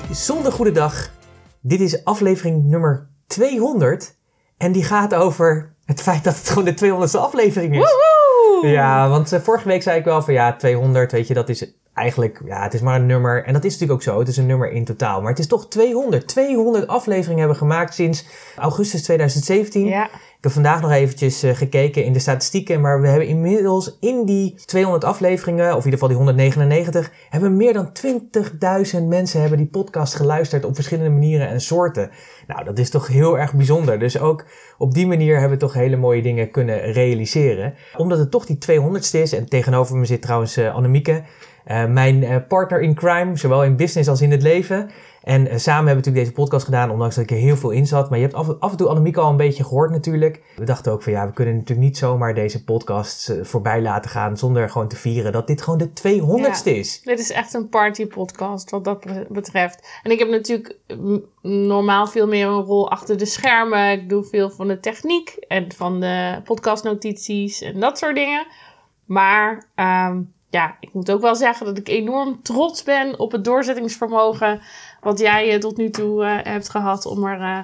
bijzonder goede dag. Dit is aflevering nummer 200. En die gaat over het feit dat het gewoon de 200ste aflevering is. Woehoe! Ja, want vorige week zei ik wel van ja, 200, weet je, dat is eigenlijk, ja, het is maar een nummer. En dat is natuurlijk ook zo, het is een nummer in totaal. Maar het is toch 200. 200 afleveringen hebben we gemaakt sinds augustus 2017. Ja. Ik heb vandaag nog eventjes gekeken in de statistieken, maar we hebben inmiddels in die 200 afleveringen, of in ieder geval die 199, hebben meer dan 20.000 mensen hebben die podcast geluisterd op verschillende manieren en soorten. Nou, dat is toch heel erg bijzonder. Dus ook op die manier hebben we toch hele mooie dingen kunnen realiseren. Omdat het toch die 200ste is, en tegenover me zit trouwens Annemieke, mijn partner in crime, zowel in business als in het leven. En samen hebben we natuurlijk deze podcast gedaan, ondanks dat ik er heel veel in zat. Maar je hebt af en toe Annemieke al een beetje gehoord natuurlijk. We dachten ook van ja, we kunnen natuurlijk niet zomaar deze podcast voorbij laten gaan zonder gewoon te vieren dat dit gewoon de 200ste is. Dit is echt een party podcast wat dat betreft. En ik heb natuurlijk normaal veel meer een rol achter de schermen. Ik doe veel van de techniek en van de podcastnotities en dat soort dingen. Maar ja, ik moet ook wel zeggen dat ik enorm trots ben op het doorzettingsvermogen wat jij tot nu toe hebt gehad om er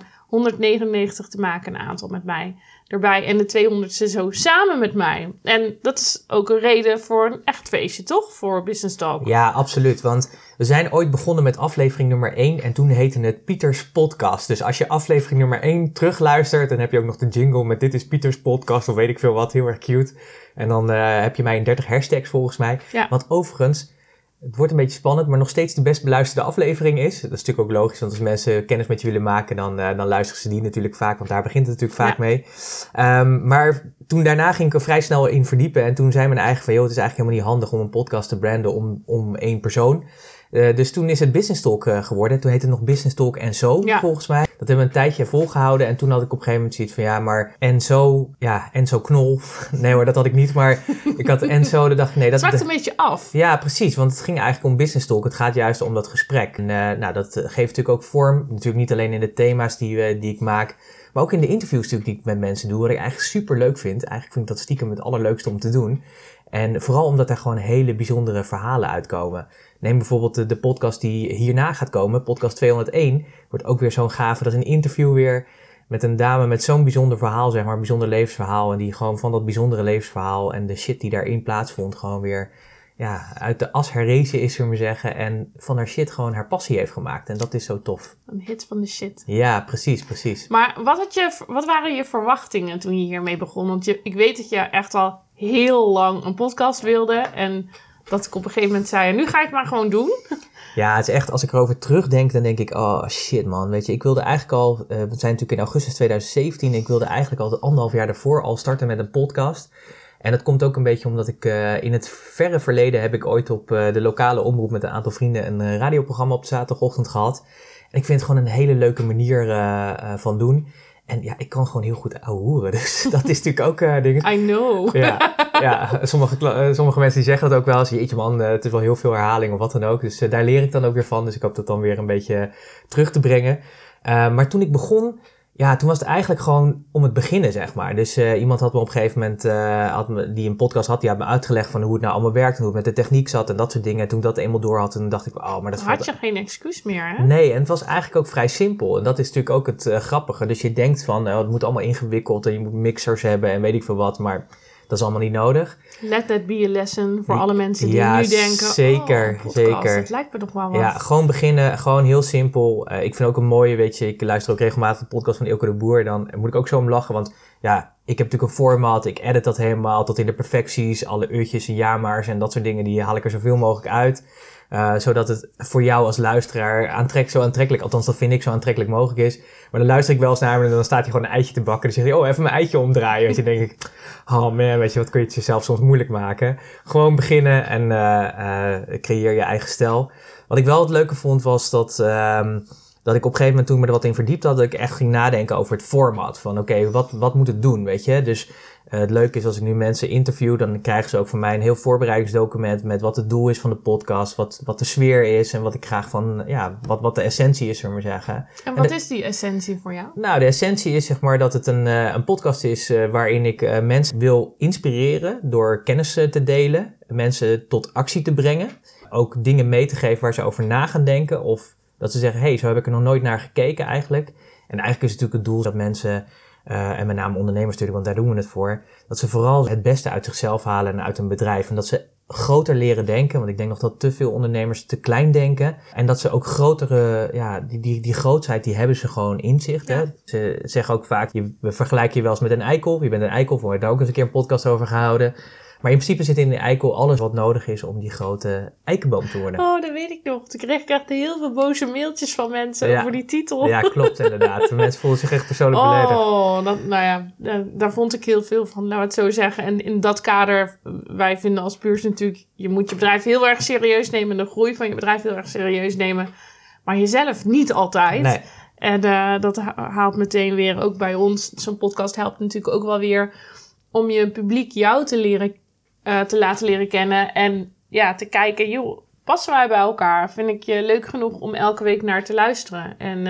199 te maken, een aantal met mij erbij. En de 200ste zo samen met mij. En dat is ook een reden voor een echt feestje, toch? Voor Business Talk. Ja, absoluut. Want we zijn ooit begonnen met aflevering nummer 1 en toen heette het Pieters Podcast. Dus als je aflevering nummer 1 terugluistert, dan heb je ook nog de jingle met dit is Pieters Podcast of weet ik veel wat, heel erg cute. En dan heb je mij in 30 hashtags volgens mij. Ja. Want overigens, het wordt een beetje spannend, maar nog steeds de best beluisterde aflevering is. Dat is natuurlijk ook logisch, want als mensen kennis met je willen maken, dan luisteren ze die natuurlijk vaak, want daar begint het natuurlijk vaak mee. Maar toen daarna ging ik er vrij snel in verdiepen en toen zei men eigenlijk van, joh, het is eigenlijk helemaal niet handig om een podcast te branden om één persoon. Dus toen is het Business Talk geworden. Toen heette het nog Business Talk en Zo, volgens mij. Dat hebben we een tijdje volgehouden. En toen had ik op een gegeven moment zoiets van, ja, maar Enzo Knol. Nee hoor, dat had ik niet. Maar ik had Enzo, dan dacht ik, nee. Dat zwakt een beetje af. Ja, precies. Want het ging eigenlijk om Business Talk. Het gaat juist om dat gesprek. En dat geeft natuurlijk ook vorm. Natuurlijk niet alleen in de thema's die ik maak. Maar ook in de interviews natuurlijk die ik met mensen doe. Wat ik eigenlijk super leuk vind. Eigenlijk vind ik dat stiekem het allerleukste om te doen. En vooral omdat er gewoon hele bijzondere verhalen uitkomen. Neem bijvoorbeeld de podcast die hierna gaat komen, podcast 201. Wordt ook weer zo'n gave, dat is een interview weer met een dame met zo'n bijzonder verhaal, zeg maar, een bijzonder levensverhaal. En die gewoon van dat bijzondere levensverhaal en de shit die daarin plaatsvond, gewoon weer uit de as herrezen is, zullen we maar zeggen. En van haar shit gewoon haar passie heeft gemaakt. En dat is zo tof. Een hit van de shit. Ja, precies. Maar wat waren je verwachtingen toen je hiermee begon? Want ik weet dat je echt al heel lang een podcast wilde. En dat ik op een gegeven moment zei, nu ga ik het maar gewoon doen. Ja, het is echt, als ik erover terugdenk, dan denk ik, oh shit man, weet je, ik wilde eigenlijk al, we zijn natuurlijk in augustus 2017, ik wilde eigenlijk al 1,5 jaar daarvoor al starten met een podcast. En dat komt ook een beetje omdat ik in het verre verleden heb ik ooit op de lokale omroep met een aantal vrienden een radioprogramma op de zaterdagochtend gehad. En ik vind het gewoon een hele leuke manier van doen. En ja, ik kan gewoon heel goed ouwehoeren, dus dat is natuurlijk ook dingen. I know. Ja, sommige mensen die zeggen dat ook wel eens, jeetje man, het is wel heel veel herhaling of wat dan ook. Dus daar leer ik dan ook weer van, dus ik hoop dat dan weer een beetje terug te brengen. Maar toen ik begon, ja, toen was het eigenlijk gewoon om het beginnen, zeg maar. Dus iemand had me op een gegeven moment, die een podcast had, die had me uitgelegd van hoe het nou allemaal werkt en hoe het met de techniek zat en dat soort dingen. En toen ik dat eenmaal door had, toen dacht ik, oh, maar dat had je geen excuus meer, hè? Nee, en het was eigenlijk ook vrij simpel. En dat is natuurlijk ook het grappige. Dus je denkt van, het moet allemaal ingewikkeld en je moet mixers hebben en weet ik veel wat, maar dat is allemaal niet nodig. Let that be a lesson voor alle mensen die nu denken, zeker. Het lijkt me nog wel wat. Ja, gewoon beginnen, gewoon heel simpel. Ik vind ook een mooie, weet je, ik luister ook regelmatig de podcast van Ilke de Boer. Dan moet ik ook zo om lachen, want ja, ik heb natuurlijk een format. Ik edit dat helemaal tot in de perfecties. Alle uurtjes en jaarmaars en dat soort dingen, die haal ik er zoveel mogelijk uit. Zodat het voor jou als luisteraar zo aantrekkelijk, althans dat vind ik zo aantrekkelijk mogelijk is. Maar dan luister ik wel eens naar hem en dan staat hij gewoon een eitje te bakken. Dan zeg je, oh, even mijn eitje omdraaien. Weet je, dan denk ik, oh man, weet je, wat kun je het jezelf soms moeilijk maken. Gewoon beginnen en creëer je eigen stijl. Wat ik wel het leuke vond was dat ik op een gegeven moment toen ik me er wat in verdiept had, dat ik echt ging nadenken over het format. Van oké, wat moet het doen, weet je? Dus het leuke is als ik nu mensen interview, dan krijgen ze ook van mij een heel voorbereidingsdocument met wat het doel is van de podcast, wat de sfeer is en wat ik graag van, ja, wat de essentie is, zullen we maar zeggen. En wat is die essentie voor jou? Nou, de essentie is zeg maar dat het een podcast is waarin ik mensen wil inspireren door kennis te delen, mensen tot actie te brengen, ook dingen mee te geven waar ze over na gaan denken of Dat ze zeggen, hey, zo heb ik er nog nooit naar gekeken eigenlijk. En eigenlijk is het natuurlijk het doel dat mensen, en met name ondernemers natuurlijk, want daar doen we het voor, dat ze vooral het beste uit zichzelf halen en uit een bedrijf. En dat ze groter leren denken, want ik denk nog dat te veel ondernemers te klein denken. En dat ze ook grotere, die grootheid, die hebben ze gewoon in zich. Hè? Ze zeggen ook vaak, we vergelijken je wel eens met een eikel. Je bent een eikel, we hebben daar ook eens een keer een podcast over gehouden. Maar in principe zit in de eikel alles wat nodig is om die grote eikenboom te worden. Oh, dat weet ik nog. Toen kreeg ik echt heel veel boze mailtjes van mensen over die titel. Ja, klopt inderdaad. Mensen voelden zich echt persoonlijk beledigd. Oh, daar vond ik heel veel van, laten we het zo zeggen. En in dat kader, wij vinden als Puurs natuurlijk, je moet je bedrijf heel erg serieus nemen. De groei van je bedrijf heel erg serieus nemen. Maar jezelf niet altijd. Nee. En dat haalt meteen weer ook bij ons. Zo'n podcast helpt natuurlijk ook wel weer om je publiek jou te laten leren kennen. En te kijken, joh, passen wij bij elkaar? Vind ik je leuk genoeg om elke week naar te luisteren?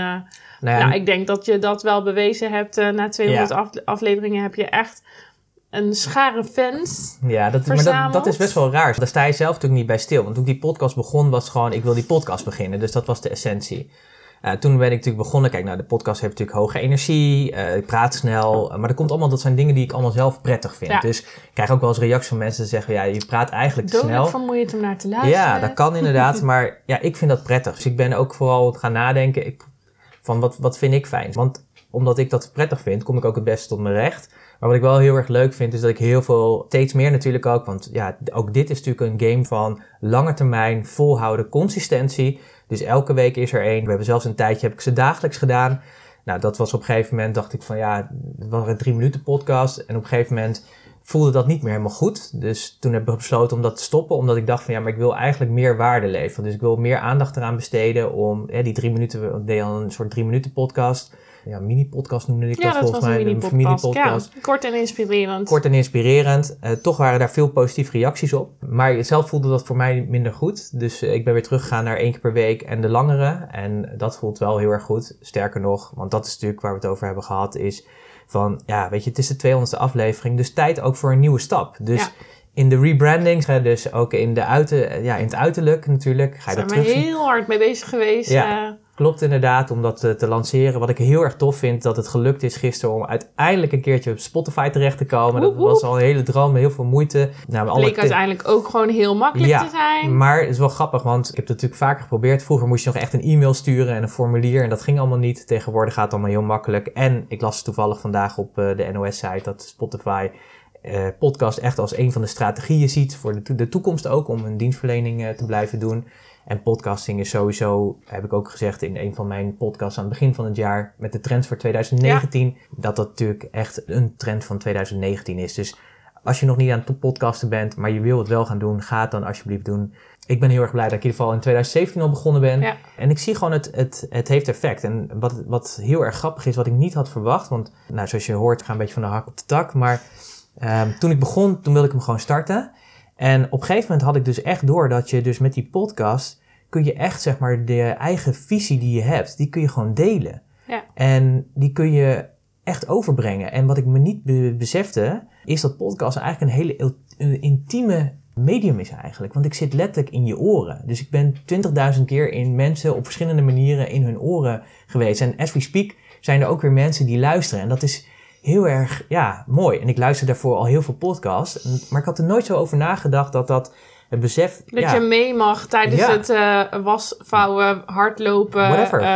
En ik denk dat je dat wel bewezen hebt. Na 200 afleveringen heb je echt een schare fans maar dat is best wel raar. Daar sta je zelf natuurlijk niet bij stil. Want toen die podcast begon, was gewoon, ik wil die podcast beginnen. Dus dat was de essentie. Toen ben ik natuurlijk begonnen. Kijk, de podcast heeft natuurlijk hoge energie. Ik praat snel. Maar dat zijn dingen die ik allemaal zelf prettig vind. Ja. Dus ik krijg ook wel eens reacties van mensen die zeggen, je praat eigenlijk te snel. Dodelijk vermoeiend om naar te luisteren. Ja, dat kan inderdaad. Maar ik vind dat prettig. Dus ik ben ook vooral gaan nadenken van wat vind ik fijn. Want omdat ik dat prettig vind, kom ik ook het beste tot mijn recht. Maar wat ik wel heel erg leuk vind, is dat ik heel veel, steeds meer natuurlijk ook, want ook dit is natuurlijk een game van lange termijn, volhouden, consistentie. Dus elke week is er één. We hebben zelfs een tijdje, heb ik ze dagelijks gedaan. Nou, dat was op een gegeven moment, dacht ik van het was een 3 minuten podcast. En op een gegeven moment voelde dat niet meer helemaal goed. Dus toen heb ik besloten om dat te stoppen, omdat ik dacht van maar ik wil eigenlijk meer waarde leveren. Dus ik wil meer aandacht eraan besteden om die 3 minuten, ik deed al een soort 3 minuten podcast. Ja, mini-podcast noemde ik dat volgens mij. Een mini-podcast. Ja, kort en inspirerend. Kort en inspirerend. Toch waren daar veel positieve reacties op. Maar zelf voelde dat voor mij minder goed. Dus ik ben weer teruggegaan naar 1 keer per week en de langere. En dat voelt wel heel erg goed. Sterker nog, want dat is natuurlijk waar we het over hebben gehad, is van, het is de 200ste aflevering. Dus tijd ook voor een nieuwe stap. Dus in de rebranding, dus ook in het uiterlijk natuurlijk. Ga je dat terug zien. Daar zijn we heel hard mee bezig geweest. Ja. Klopt inderdaad, om dat te lanceren. Wat ik heel erg tof vind, dat het gelukt is gisteren om uiteindelijk een keertje op Spotify terecht te komen. Dat was al een hele droom, met heel veel moeite. Het bleek uiteindelijk ook gewoon heel makkelijk te zijn. Maar het is wel grappig, want ik heb het natuurlijk vaker geprobeerd. Vroeger moest je nog echt een e-mail sturen en een formulier en dat ging allemaal niet. Tegenwoordig gaat het allemaal heel makkelijk. En ik las toevallig vandaag op de NOS-site dat Spotify podcast echt als een van de strategieën ziet voor de toekomst ook, om een dienstverlening te blijven doen. En podcasting is sowieso, heb ik ook gezegd in een van mijn podcasts aan het begin van het jaar, met de trends voor 2019, dat natuurlijk echt een trend van 2019 is. Dus als je nog niet aan het podcasten bent, maar je wil het wel gaan doen, ga het dan alsjeblieft doen. Ik ben heel erg blij dat ik in ieder geval in 2017 al begonnen ben. Ja. En ik zie gewoon, het heeft effect. En wat heel erg grappig is, wat ik niet had verwacht, want zoals je hoort, ik ga een beetje van de hak op de tak, maar toen ik begon, toen wilde ik hem gewoon starten. En op een gegeven moment had ik dus echt door dat je dus met die podcast kun je echt de eigen visie die je hebt, die kun je gewoon delen. Ja. En die kun je echt overbrengen. En wat ik me niet besefte, is dat podcast eigenlijk een hele intieme medium is eigenlijk. Want ik zit letterlijk in je oren. Dus ik ben 20.000 keer in mensen op verschillende manieren in hun oren geweest. En as we speak zijn er ook weer mensen die luisteren. En dat is heel erg, mooi. En ik luister daarvoor al heel veel podcasts. Maar ik had er nooit zo over nagedacht dat het besef... Dat je mee mag tijdens het wasvouwen, hardlopen,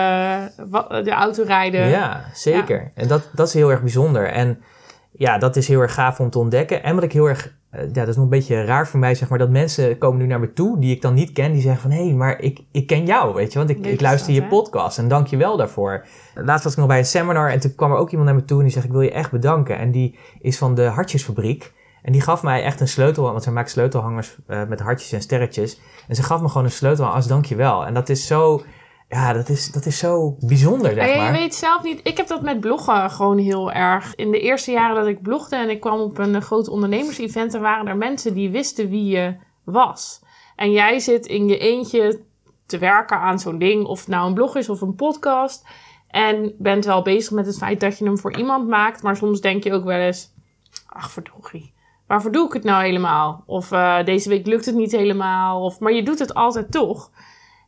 de autorijden. Ja, zeker. Ja. En dat is heel erg bijzonder. En dat is heel erg gaaf om te ontdekken. En wat ik heel erg... dat is nog een beetje raar voor mij, dat mensen komen nu naar me toe die ik dan niet ken. Die zeggen van, hé, maar ik ken jou, weet je. Want ik luister je podcast en dank je wel daarvoor. Laatst was ik nog bij een seminar en toen kwam er ook iemand naar me toe en die zegt, ik wil je echt bedanken. En die is van de Hartjesfabriek. En die gaf mij echt een sleutel, want zij maakt sleutelhangers met hartjes en sterretjes. En ze gaf me gewoon een sleutel als dankjewel. En dat is zo... Ja, dat is zo bijzonder, zeg maar. Je weet zelf niet... Ik heb dat met bloggen gewoon heel erg. In de eerste jaren dat ik blogde en ik kwam op een groot ondernemers-event, er waren er mensen die wisten wie je was. En jij zit in je eentje te werken aan zo'n ding, of het nou een blog is of een podcast, en bent wel bezig met het feit dat je hem voor iemand maakt, maar soms denk je ook wel eens, ach verdorie, waarvoor doe ik het nou helemaal? Of deze week lukt het niet helemaal, maar je doet het altijd toch.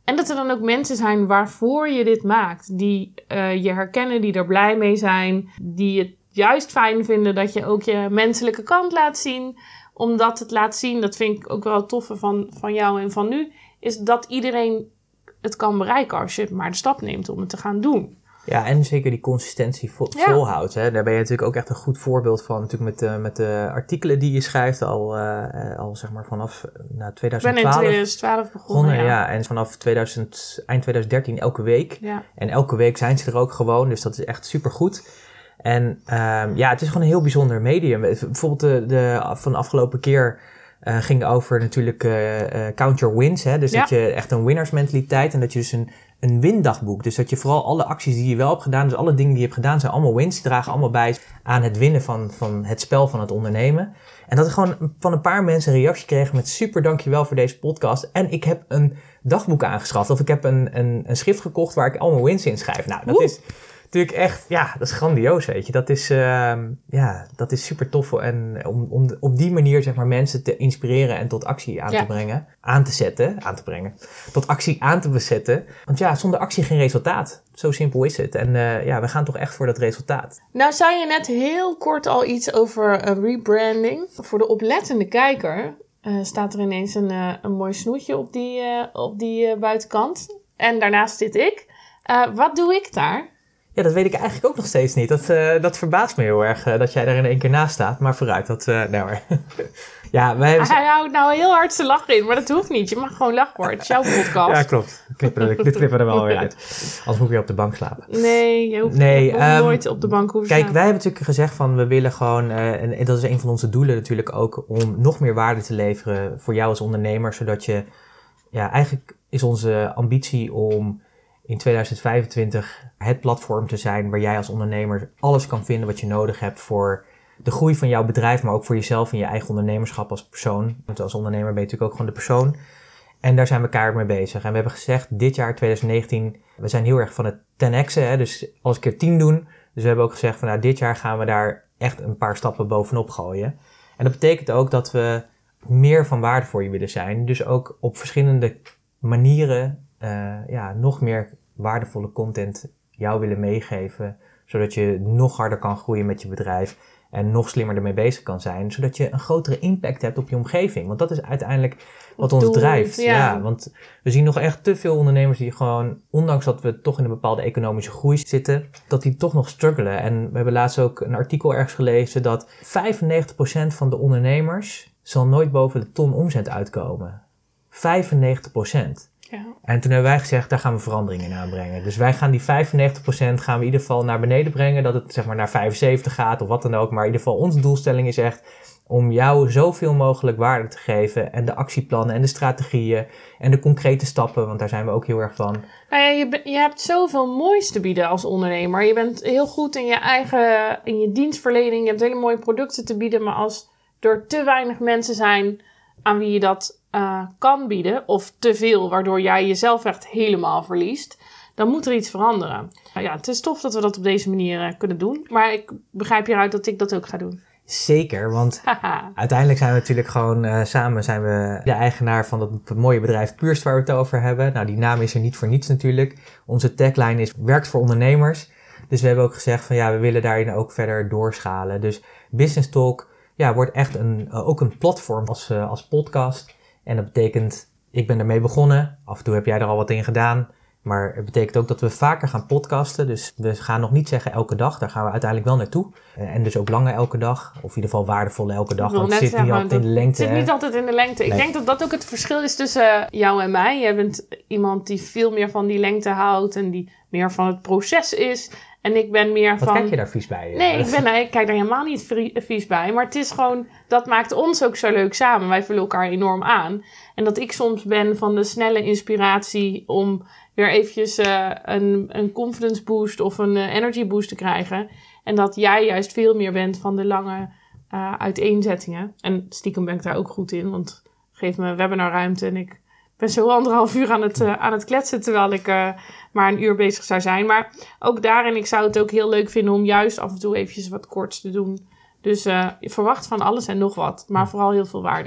En dat er dan ook mensen zijn waarvoor je dit maakt. Die je herkennen, die er blij mee zijn. Die het juist fijn vinden dat je ook je menselijke kant laat zien. Omdat het laat zien, dat vind ik ook wel het toffe van jou en van nu. Is dat iedereen het kan bereiken als je maar de stap neemt om het te gaan doen. Ja, en zeker die consistentie volhoudt. Hè? Daar ben je natuurlijk ook echt een goed voorbeeld van. Natuurlijk met de artikelen die je schrijft al zeg maar vanaf 2012. Ik ben in 2012 begonnen, ja. En vanaf eind 2013 elke week. Ja. En elke week zijn ze er ook gewoon. Dus dat is echt supergoed. En het is gewoon een heel bijzonder medium. Bijvoorbeeld van de afgelopen keer ging over natuurlijk count your wins. Hè? Dus dat je echt een winnersmentaliteit en dat je dus een windagboek. Dus dat je vooral alle acties die je wel hebt gedaan, dus alle dingen die je hebt gedaan, zijn allemaal wins. Die dragen allemaal bij aan het winnen van het spel van het ondernemen. En dat ik gewoon van een paar mensen een reactie kreeg met super dankjewel voor deze podcast. En ik heb een dagboek aangeschaft. Of ik heb een schrift gekocht waar ik allemaal wins in schrijf. Nou, dat is natuurlijk echt, dat is grandioos, weet je. Dat is super tof. En om op die manier, zeg maar, mensen te inspireren en tot actie aan te brengen. Tot actie aan te bezetten. Want zonder actie geen resultaat. Zo simpel is het. En we gaan toch echt voor dat resultaat. Nou, zei je net heel kort al iets over rebranding. Voor de oplettende kijker staat er ineens een mooi snoetje op die buitenkant. En daarnaast zit ik. Wat doe ik daar? Ja, dat weet ik eigenlijk ook nog steeds niet. Dat verbaast me heel erg dat jij daar in één keer naast staat. Maar vooruit, nee hoor. Ja, Hij houdt nou heel hard zijn lach in, maar dat hoeft niet. Je mag gewoon lachen hoor. Het is jouw podcast. Ja, klopt. Dit knippen we er wel weer uit. Anders moet ik weer op de bank slapen. Nee, je hoeft nooit op de bank hoeven slapen. Kijk, wij hebben natuurlijk gezegd van we willen gewoon, en dat is een van onze doelen natuurlijk ook, om nog meer waarde te leveren voor jou als ondernemer. Zodat je, eigenlijk is onze ambitie om in 2025 het platform te zijn waar jij als ondernemer alles kan vinden wat je nodig hebt voor de groei van jouw bedrijf, maar ook voor jezelf en je eigen ondernemerschap als persoon. Want als ondernemer ben je natuurlijk ook gewoon de persoon. En daar zijn we elkaar mee bezig. En we hebben gezegd, dit jaar 2019, we zijn heel erg van het 10x'en, dus alles keer 10 doen. Dus we hebben ook gezegd van dit jaar gaan we daar echt een paar stappen bovenop gooien. En dat betekent ook dat we meer van waarde voor je willen zijn. Dus ook op verschillende manieren nog meer waardevolle content jou willen meegeven, zodat je nog harder kan groeien met je bedrijf en nog slimmer ermee bezig kan zijn, zodat je een grotere impact hebt op je omgeving. Want dat is uiteindelijk wat ons drijft. Ja, want we zien nog echt te veel ondernemers die gewoon, ondanks dat we toch in een bepaalde economische groei zitten, dat die toch nog struggelen. En we hebben laatst ook een artikel ergens gelezen dat 95% van de ondernemers zal nooit boven de ton omzet uitkomen. 95%. Ja. En toen hebben wij gezegd, daar gaan we veranderingen in aanbrengen. Dus wij gaan die 95% gaan we in ieder geval naar beneden brengen. Dat het zeg maar naar 75 gaat of wat dan ook. Maar in ieder geval onze doelstelling is echt om jou zoveel mogelijk waarde te geven. En de actieplannen en de strategieën en de concrete stappen. Want daar zijn we ook heel erg van. Nou ja, je hebt zoveel moois te bieden als ondernemer. Je bent heel goed in je dienstverlening. Je hebt hele mooie producten te bieden. Maar als er te weinig mensen zijn aan wie je dat kan bieden, of te veel, waardoor jij jezelf echt helemaal verliest, dan moet er iets veranderen. Nou ja, het is tof dat we dat op deze manier kunnen doen, maar ik begrijp hieruit dat ik dat ook ga doen. Zeker, want uiteindelijk zijn we natuurlijk gewoon samen zijn we de eigenaar van dat mooie bedrijf Purst waar we het over hebben. Nou, die naam is er niet voor niets natuurlijk. Onze tagline is werkt voor ondernemers. Dus we hebben ook gezegd van we willen daarin ook verder doorschalen. Dus Business Talk wordt echt ook een platform als podcast. En dat betekent, ik ben ermee begonnen. Af en toe heb jij er al wat in gedaan. Maar het betekent ook dat we vaker gaan podcasten. Dus we gaan nog niet zeggen elke dag. Daar gaan we uiteindelijk wel naartoe. En dus ook langer elke dag. Of in ieder geval waardevolle elke dag. Want het zit niet altijd in de lengte. Het zit niet altijd in de lengte. Ik denk dat dat ook het verschil is tussen jou en mij. Jij bent iemand die veel meer van die lengte houdt. En die meer van het proces is. En ik ben meer van... Wat kijk je daar vies bij? Nee, ik kijk daar helemaal niet vies bij. Maar het is gewoon... Dat maakt ons ook zo leuk samen. Wij vullen elkaar enorm aan. En dat ik soms ben van de snelle inspiratie om weer eventjes een confidence boost of een energy boost te krijgen. En dat jij juist veel meer bent van de lange uiteenzettingen. En stiekem ben ik daar ook goed in, want geef me webinarruimte en ik ben zo 1,5 uur aan het kletsen, terwijl ik maar een uur bezig zou zijn. Maar ook daarin, ik zou het ook heel leuk vinden om juist af en toe eventjes wat korts te doen. Dus verwacht van alles en nog wat, maar vooral heel veel waarde.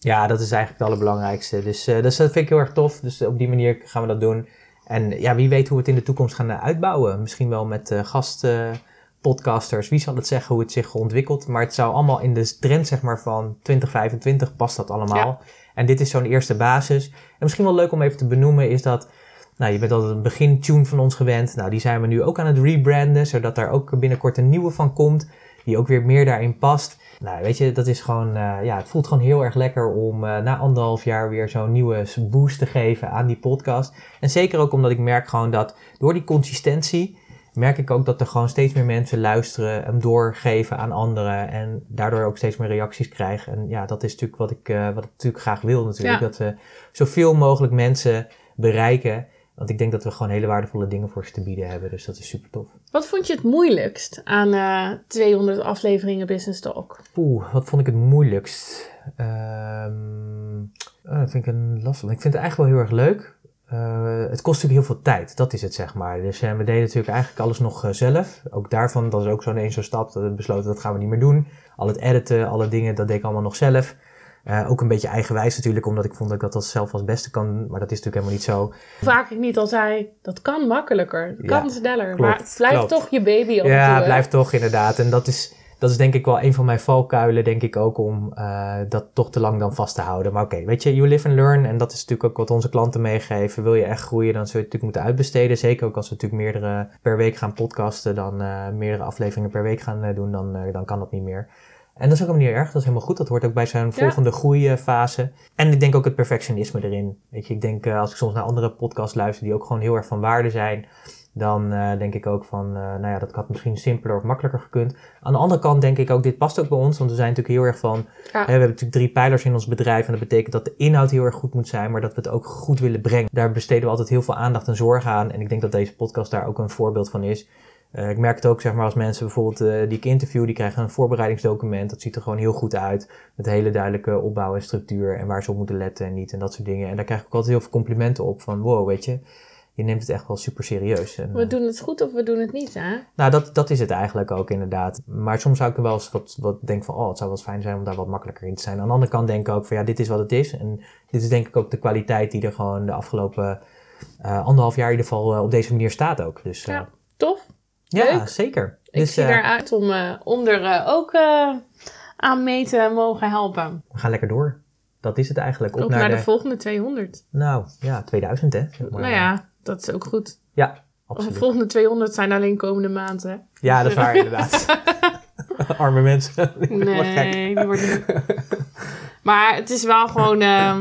Ja, dat is eigenlijk het allerbelangrijkste. Dus dat vind ik heel erg tof. Dus op die manier gaan we dat doen. En ja, wie weet hoe we het in de toekomst gaan uitbouwen. Misschien wel met gastpodcasters. Wie zal het zeggen hoe het zich ontwikkelt. Maar het zou allemaal in de trend zeg maar, van 2025 past dat allemaal. Ja. En dit is zo'n eerste basis. En misschien wel leuk om even te benoemen is dat... Nou, je bent altijd een begintune van ons gewend. Nou, die zijn we nu ook aan het rebranden. Zodat daar ook binnenkort een nieuwe van komt. Die ook weer meer daarin past. Nou, weet je, dat is gewoon... het voelt gewoon heel erg lekker om na 1,5 jaar weer zo'n nieuwe boost te geven aan die podcast. En zeker ook omdat ik merk gewoon dat door die consistentie... merk ik ook dat er gewoon steeds meer mensen luisteren, hem doorgeven aan anderen. En daardoor ook steeds meer reacties krijgen. En ja, dat is natuurlijk wat ik natuurlijk graag wil natuurlijk. Ja. Dat we zoveel mogelijk mensen bereiken... Want ik denk dat we gewoon hele waardevolle dingen voor ze te bieden hebben. Dus dat is super tof. Wat vond je het moeilijkst aan 200 afleveringen Business Talk? Wat vond ik het moeilijkst? Dat vind ik een lastig. Ik vind het eigenlijk wel heel erg leuk. Het kost natuurlijk heel veel tijd. Dat is het, zeg maar. Dus we deden natuurlijk eigenlijk alles nog zelf. Ook daarvan, dat is ook zo'n stap. Dat we besloten, dat gaan we niet meer doen. Al het editen, alle dingen, dat deed ik allemaal nog zelf. Ook een beetje eigenwijs natuurlijk, omdat ik vond dat ik dat zelf als beste kan. Maar dat is natuurlijk helemaal niet zo. Vaak ik niet al zei, dat kan makkelijker. Dat kan sneller. Klopt, maar het blijft toch je baby. Ja, het blijft toch inderdaad. En dat is denk ik wel een van mijn valkuilen, denk ik ook, om dat toch te lang dan vast te houden. Maar oké, weet je, you live and learn. En dat is natuurlijk ook wat onze klanten meegeven. Wil je echt groeien, dan zul je het natuurlijk moeten uitbesteden. Zeker ook als we natuurlijk meerdere per week gaan podcasten, dan meerdere afleveringen per week gaan doen, dan kan dat niet meer. En dat is ook helemaal niet erg, dat is helemaal goed. Dat hoort ook bij zijn volgende groeifase. En ik denk ook het perfectionisme erin. Weet je, ik denk als ik soms naar andere podcasts luister die ook gewoon heel erg van waarde zijn, dan denk ik ook van, dat had misschien simpeler of makkelijker gekund. Aan de andere kant denk ik ook, dit past ook bij ons, want we zijn natuurlijk heel erg van, we hebben natuurlijk 3 pijlers in ons bedrijf en dat betekent dat de inhoud heel erg goed moet zijn, maar dat we het ook goed willen brengen. Daar besteden we altijd heel veel aandacht en zorg aan en ik denk dat deze podcast daar ook een voorbeeld van is. Ik merk het ook, zeg maar, als mensen bijvoorbeeld die ik interview, die krijgen een voorbereidingsdocument. Dat ziet er gewoon heel goed uit. Met hele duidelijke opbouw en structuur en waar ze op moeten letten en niet en dat soort dingen. En daar krijg ik ook altijd heel veel complimenten op van, wow, weet je neemt het echt wel super serieus. En, we doen het goed of we doen het niet, hè? Nou, dat is het eigenlijk ook inderdaad. Maar soms zou ik er wel eens wat denken van, het zou wel eens fijn zijn om daar wat makkelijker in te zijn. Aan de andere kant denk ik ook van, dit is wat het is. En dit is denk ik ook de kwaliteit die er gewoon de afgelopen 1,5 jaar in ieder geval op deze manier staat ook. Dus, ja, tof. Ja, leuk. Zeker. Ik zie eruit om er ook aan mee te mogen helpen. We gaan lekker door. Dat is het eigenlijk. Op naar de volgende 200. Nou, ja, 2000 hè. Zeg maar. Nou ja, dat is ook goed. Ja, absoluut. De volgende 200 zijn alleen komende maanden. Ja, dat is waar inderdaad. Arme mensen. Nee, die worden niet. Maar het is wel gewoon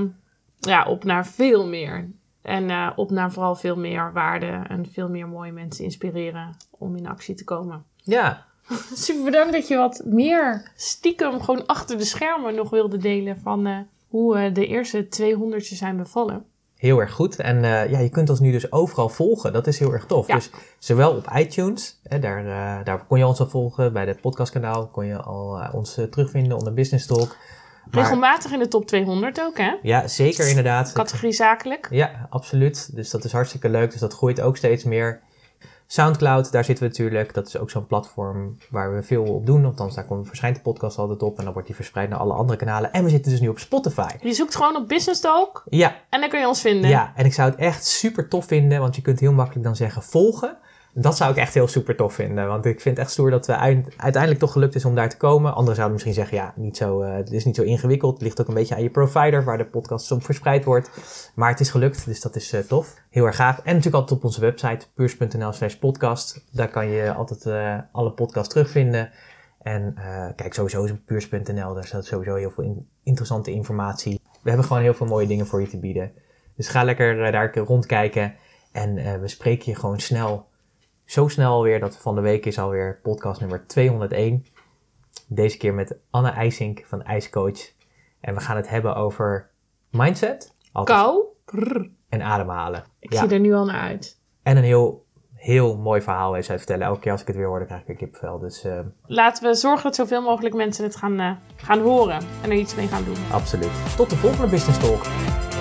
op naar veel meer. En op naar vooral veel meer waarde en veel meer mooie mensen inspireren om in actie te komen. Ja. Super bedankt dat je wat meer stiekem gewoon achter de schermen nog wilde delen van hoe de eerste 200 zijn bevallen. Heel erg goed. En je kunt ons nu dus overal volgen. Dat is heel erg tof. Ja. Dus zowel op iTunes, daar kon je ons al volgen. Bij het podcastkanaal kon je al ons terugvinden onder Business Talk. Maar, regelmatig in de top 200 ook, hè? Ja, zeker inderdaad. Categorie zakelijk. Ja, absoluut. Dus dat is hartstikke leuk. Dus dat groeit ook steeds meer. Soundcloud, daar zitten we natuurlijk. Dat is ook zo'n platform waar we veel op doen. Althans, daar verschijnt de podcast altijd op. En dan wordt die verspreid naar alle andere kanalen. En we zitten dus nu op Spotify. Je zoekt gewoon op Business Talk. Ja. En dan kun je ons vinden. Ja, en ik zou het echt super tof vinden. Want je kunt heel makkelijk dan zeggen volgen. Dat zou ik echt heel super tof vinden. Want ik vind het echt stoer dat we uiteindelijk toch gelukt is om daar te komen. Anderen zouden misschien zeggen, het is niet zo ingewikkeld. Het ligt ook een beetje aan je provider waar de podcast op verspreid wordt. Maar het is gelukt, dus dat is tof. Heel erg gaaf. En natuurlijk altijd op onze website, puurs.nl/podcast. Daar kan je altijd alle podcasts terugvinden. En kijk sowieso op puurs.nl, daar staat sowieso heel veel interessante informatie. We hebben gewoon heel veel mooie dingen voor je te bieden. Dus ga lekker daar rondkijken. En we spreken je gewoon snel. Zo snel alweer dat van de week is alweer podcast nummer 201. Deze keer met Anne IJsink van IJscoach. En we gaan het hebben over mindset. Kou. En ademhalen. Ik zie er nu al naar uit. En een heel mooi verhaal eens uit vertellen. Elke keer als ik het weer hoor, dan krijg ik weer kippenvel. Dus, laten we zorgen dat zoveel mogelijk mensen het gaan horen. En er iets mee gaan doen. Absoluut. Tot de volgende Business Talk.